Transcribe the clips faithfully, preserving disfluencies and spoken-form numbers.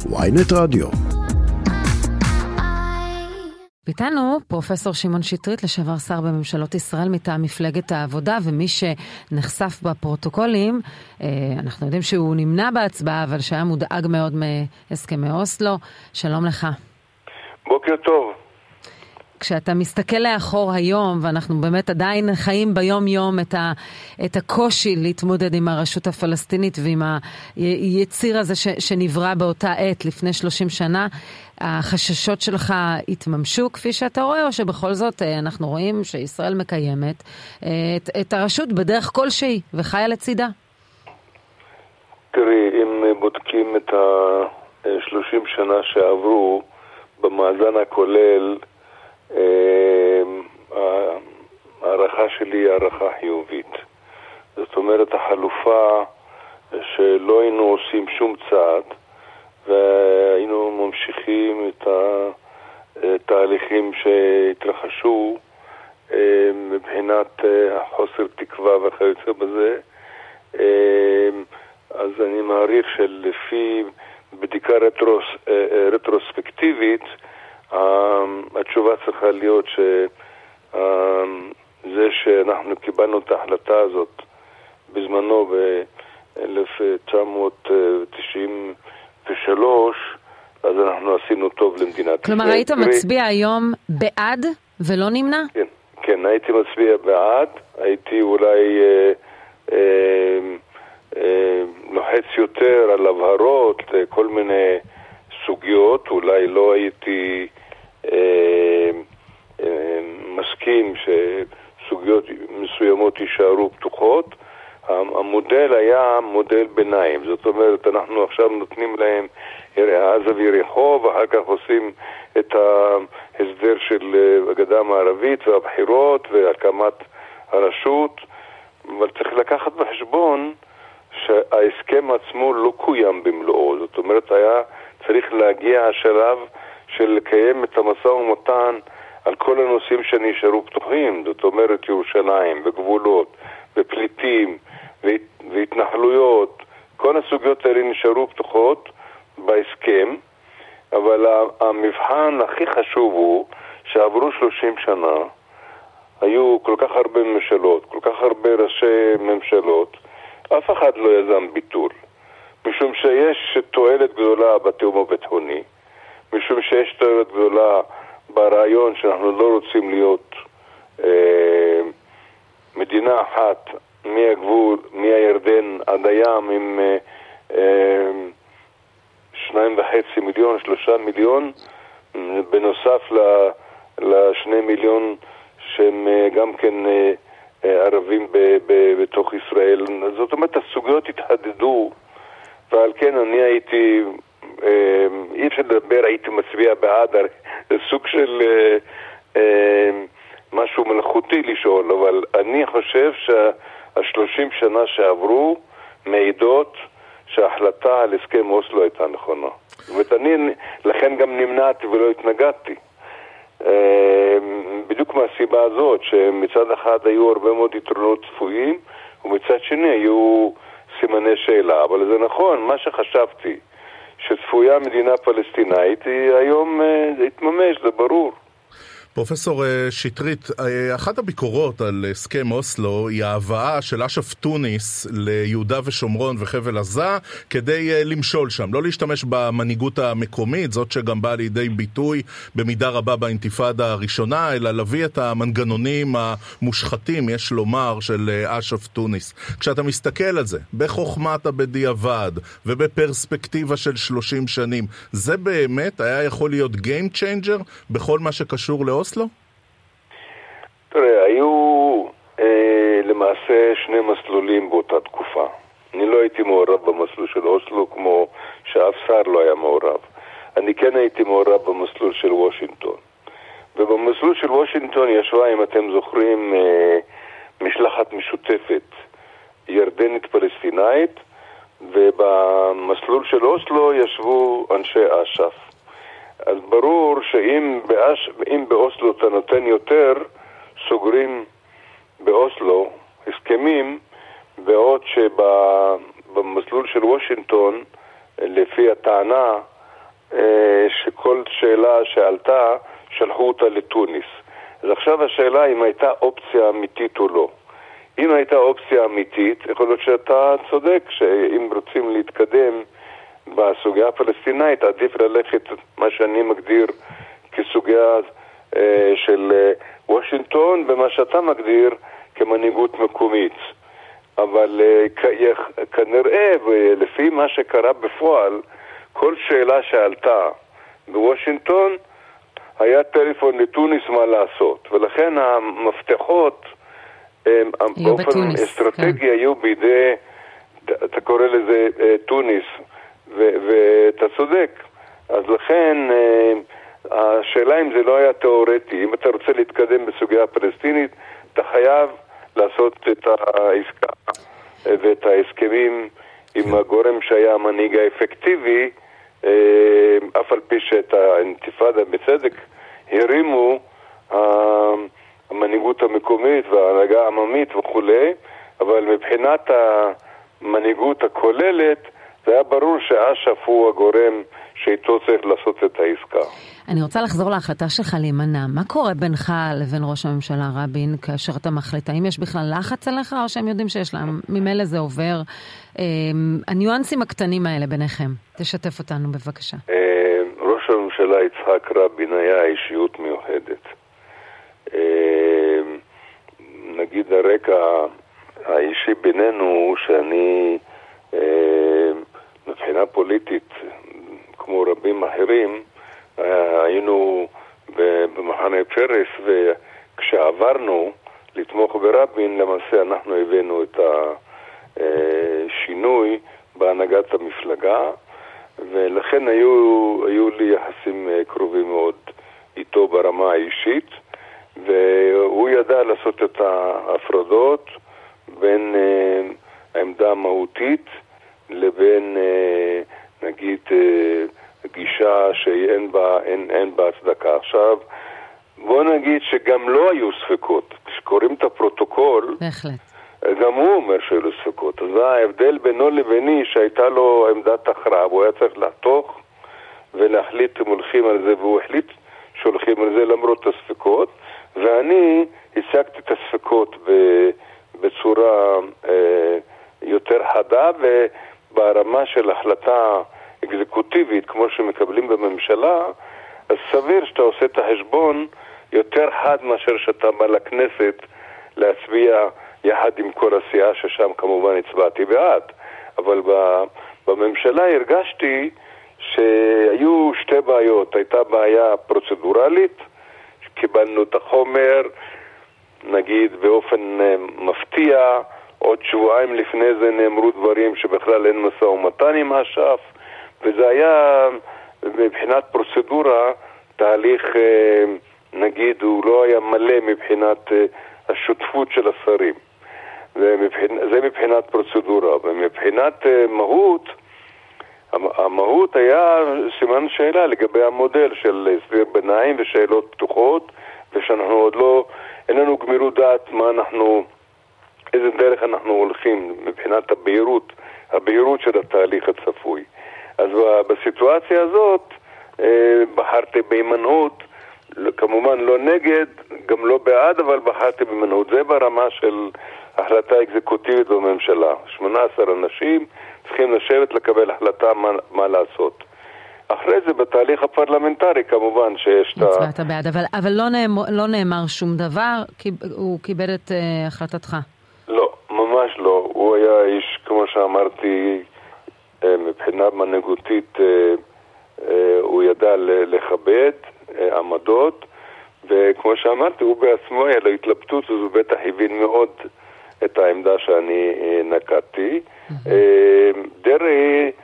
וויינט רדיו. איתנו פרופסור שמעון שטרית, לשעבר שר בממשלות ישראל מטעם מפלגת העבודה, ומי שנחשף בפרוטוקולים, אנחנו יודעים שהוא נמנע בהצבעה, אבל שהיה מודאג מאוד מהסכמי אוסלו. שלום לך. בוקר טוב. כשאתה מסתכל לאחור היום, ואנחנו באמת עדיין חיים ביום יום את, ה, את הקושי להתמודד עם הרשות הפלסטינית ועם היציר הזה ש, שנברא באותה עת לפני שלושים שנה, החששות שלך התממשו כפי שאתה רואה, או שבכל זאת אנחנו רואים שישראל מקיימת את, את הרשות בדרך כלשהי וחיה לצידה? תראי, אם בודקים את ה-שלושים שנה שעברו במאזן הכולל, הערכה שלי היא הערכה חיובית. זאת אומרת, החלופה שלא היינו עושים שום צעד והיינו ממשיכים את התהליכים שהתרחשו מבחינת חוסר תקווה וכיוצא בזה, אז אני מעריך שלפי בדיקה רטרוס, רטרוספקטיבית התשובה צריכה להיות שזה שאנחנו קיבלנו את ההחלטה הזאת בזמנו ב-אלף תשע מאות תשעים ושלוש, אז אנחנו עשינו טוב למדינת ישראל. כלומר, היית מצביע היום בעד ולא נמנע? כן, כן, הייתי מצביע בעד, הייתי אולי אה, אה, אה, לוחץ יותר על הבהרות, כל מיני סוגיות, אולי לא הייתי אה, אה, מסכים שסוגיות מסוימות יישארו פתוחות. המודל היה מודל ביניים, זאת אומרת, אנחנו עכשיו נותנים להם עזה ויריחו, ואחר כך עושים את ההסדר של הגדה המערבית והבחירות והקמת הרשות, אבל צריך לקחת בחשבון שההסכם עצמו לא קוים במלואו, זאת אומרת, היה צריך להגיע השלב של לקיים את המשא ומתן על כל הנושאים שנשארו פתוחים, זאת אומרת ירושלים וגבולות ופליטים והתנחלויות, כל הסוגיות האלה נשארו פתוחות בהסכם, אבל המבחן הכי חשוב הוא שעברו שלושים שנה, היו כל כך הרבה ממשלות, כל כך הרבה ראשי ממשלות, אף אחד לא יזם ביטול, משום שיש תועלת גדולה בתיאום הביטחוני, משום שיש תועלת גדולה ברעיון שאנחנו לא רוצים להיות אה, מדינה אחת מהגבול, מהירדן עד הים עם אה, אה, שניים וחצי מיליון, שלושה מיליון, בנוסף ל, לשני מיליון שהם אה, גם כן אה, אה, ערבים ב, ב, בתוך ישראל. זאת אומרת, הסוגיות התחדדו, ועל כן אני הייתי, אה, אי אפשר לדבר, הייתי מצביע בעד, זה סוג של אה, אה, משהו מלאכותי לשאול, אבל אני חושב שהשלושים שנה שעברו מעידות שההחלטה על הסכם אוסלו הייתה נכונה. ואני לכן גם נמנעתי ולא התנגדתי. בדיוק מהסיבה הזאת, שמצד אחד היו הרבה מאוד יתרונות צפויים, ומצד שני היו סימני שאלה. אבל זה נכון, מה שחשבתי, שצפויה מדינה פלסטינאית, היא היום התממש, זה ברור. פרופסור שטרית, אחת הביקורות על הסכם אוסלו היא ההבאה של אש"ף תוניס ליהודה ושומרון וחבל עזה כדי למשול שם, לא להשתמש במנהיגות המקומית, זאת שגם באה לידי ביטוי במידה רבה באינתיפאדה הראשונה, אלא להביא את המנגנונים המושחתים, יש לומר, של אש"ף תוניס. כשאתה מסתכל על זה, בחוכמת הבדיעבד ובפרספקטיבה של שלושים שנים, זה באמת היה יכול להיות game changer בכל מה שקשור לאוסלו? אוסלו? תראה, היו אה, למעשה שני מסלולים באותה תקופה. אני לא הייתי מעורב במסלול של אוסלו כמו שאף שר לא היה מעורב. אני כן הייתי מעורב במסלול של וושינגטון. ובמסלול של וושינגטון ישבה, אם אתם זוכרים, אה, משלחת משותפת ירדנית פלסטינאית, ובמסלול של אוסלו ישבו אנשי אש"ף. אז ברור שאם באש, אם באוסלו אתה נותן יותר, סוגרים באוסלו הסכמים, בעוד שבמסלול של וושינגטון, לפי הטענה, שכל שאלה שעלתה שלחו אותה לטוניס. אז עכשיו השאלה אם הייתה אופציה אמיתית או לא. אם הייתה אופציה אמיתית, יכול להיות שאתה צודק שאם רוצים להתקדם בסוגיה הפלסטינאית, עדיף ללכת מה שאני מגדיר כסוגיה אה, של אה, וושינגטון, ומה שאתה מגדיר כמנהיגות מקומית. אבל אה, כ- כנראה, ולפי מה שקרה בפועל, כל שאלה שעלתה בוושינגטון, היה טלפון לטוניס מה לעשות. ולכן המפתחות באופן אסטרטגי כן. היו בידי, אתה קורא לזה טוניס, ואתה צודק. אז לכן השאלה אם זה לא היה תיאורטי, אם אתה רוצה להתקדם בסוגיה הפלסטינית, אתה חייב לעשות את העסקה ואת ההסכמים עם הגורם שהיה המנהיג האפקטיבי, אף על פי שאת האינתיפאדה בצדק הרימו המנהיגות המקומית וההנהגה העממית וכו', אבל מבחינת המנהיגות הכוללת זה היה ברור שאש"ף הוא הגורם שאיתו צריך לעשות את העסקה. אני רוצה לחזור להחלטה שלך להימנע. מה קורה בינך לבין ראש הממשלה רבין כאשר אתה מחליט? האם יש בכלל לחץ עליך או שהם יודעים שיש להם? ממילא זה עובר. הניואנסים הקטנים האלה ביניכם. תשתף אותנו בבקשה. ראש הממשלה יצחק רבין היה אישיות מיוחדת. נגיד הרקע האישי בינינו הוא שאני מבחינה פוליטית כמו רבים אחרים היינו במחנה פרס, וכשעברנו לתמוך ברבין למעשה אנחנו הבאנו את השינוי בהנהגת המפלגה, ולכן היו, היו לי יחסים קרובים מאוד איתו ברמה האישית, והוא ידע לעשות את ההפרדות בין העמדה המהותית לבין נגיד גישה שאין בה, אין, אין בה הצדקה. עכשיו, בוא נגיד שגם לא היו ספקות. כשקוראים את הפרוטוקול, בהחלט. גם הוא אומר שהיו לו ספקות. אז ההבדל בינו לביני שהייתה לו עמדת הכרעה, הוא היה צריך לחתוך ולהחליט אם הולכים על זה, והוא החליט שהולכים על זה למרות הספקות, ואני השגתי את הספקות בצורה אה, יותר חדה, וברמה של החלטה אקזקוטיבית, כמו שמקבלים בממשלה, אז סביר שאתה עושה את החשבון יותר חד מאשר שאתה בא לכנסת להצביע יחד עם כל הסיעה, ששם כמובן הצבעתי בעד. אבל בממשלה הרגשתי שהיו שתי בעיות. הייתה בעיה פרוצדורלית, קיבלנו את החומר, נגיד באופן מפתיע, עוד שבועיים לפני זה נאמרו דברים שבכלל אין משא ומתן עם אש"ף, וזה היה מבחינת פרוצדורה תהליך, נגיד, הוא לא היה מלא מבחינת השותפות של השרים. זה מבחינת פרוצדורה. ומבחינת מהות, המהות היה סימן שאלה לגבי המודל של הסדר ביניים ושאלות פתוחות, ושאנחנו עוד לא, אין לנו גמירות דעת מה אנחנו, איזה דרך אנחנו הולכים מבחינת הבהירות, הבהירות של התהליך הצפוי. אז בסיטואציה הזאת בחרתי בהימנעות, כמובן לא נגד, גם לא בעד, אבל בחרתי בהימנעות. זה ברמה של החלטה אקזקוטיבית בממשלה. שמונה עשר אנשים צריכים לשבת לקבל החלטה מה, מה לעשות. אחרי זה בתהליך הפרלמנטרי כמובן שיש את ה... הצבעת בעד, אבל, אבל לא, נאמר, לא נאמר שום דבר, הוא קיבל את uh, החלטתך. לא, ממש לא. הוא היה איש, כמו שאמרתי, מבחינה מנהיגותית הוא ידע לכבד עמדות, וכמו שאמרתי, הוא בעצמו היה לו התלבטות, אז הוא בטח הבין מאוד את העמדה שאני נקטתי. דרעי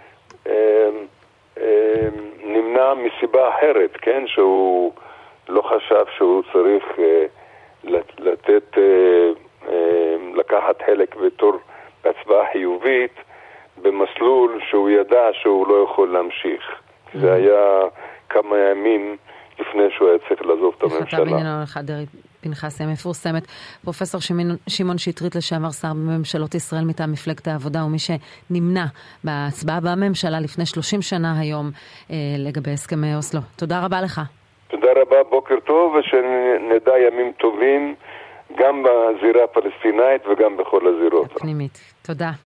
נמנע מסיבה אחרת, כן? שהוא לא חשב שהוא צריך לתת, לקחת חלק בתור הצבעה חיובית, במסלול שהוא ידע שהוא לא יכול להמשיך. Mm-hmm. זה היה כמה ימים לפני שהוא היה צריך לעזוב את הממשלה. איך אתה בעניין הולך דרעי פנחסי המפורסמת. פרופסור שמעון שטרית, לשעבר שר בממשלות ישראל מטעם מפלגת העבודה, ומי שנמנע בהצבעה בממשלה לפני שלושים שנה היום אה, לגבי הסכמי אוסלו. תודה רבה לך. תודה רבה, בוקר טוב, ושנדע ימים טובים גם בזירה הפלסטינאית וגם בכל הזירות. הפנימית. תודה.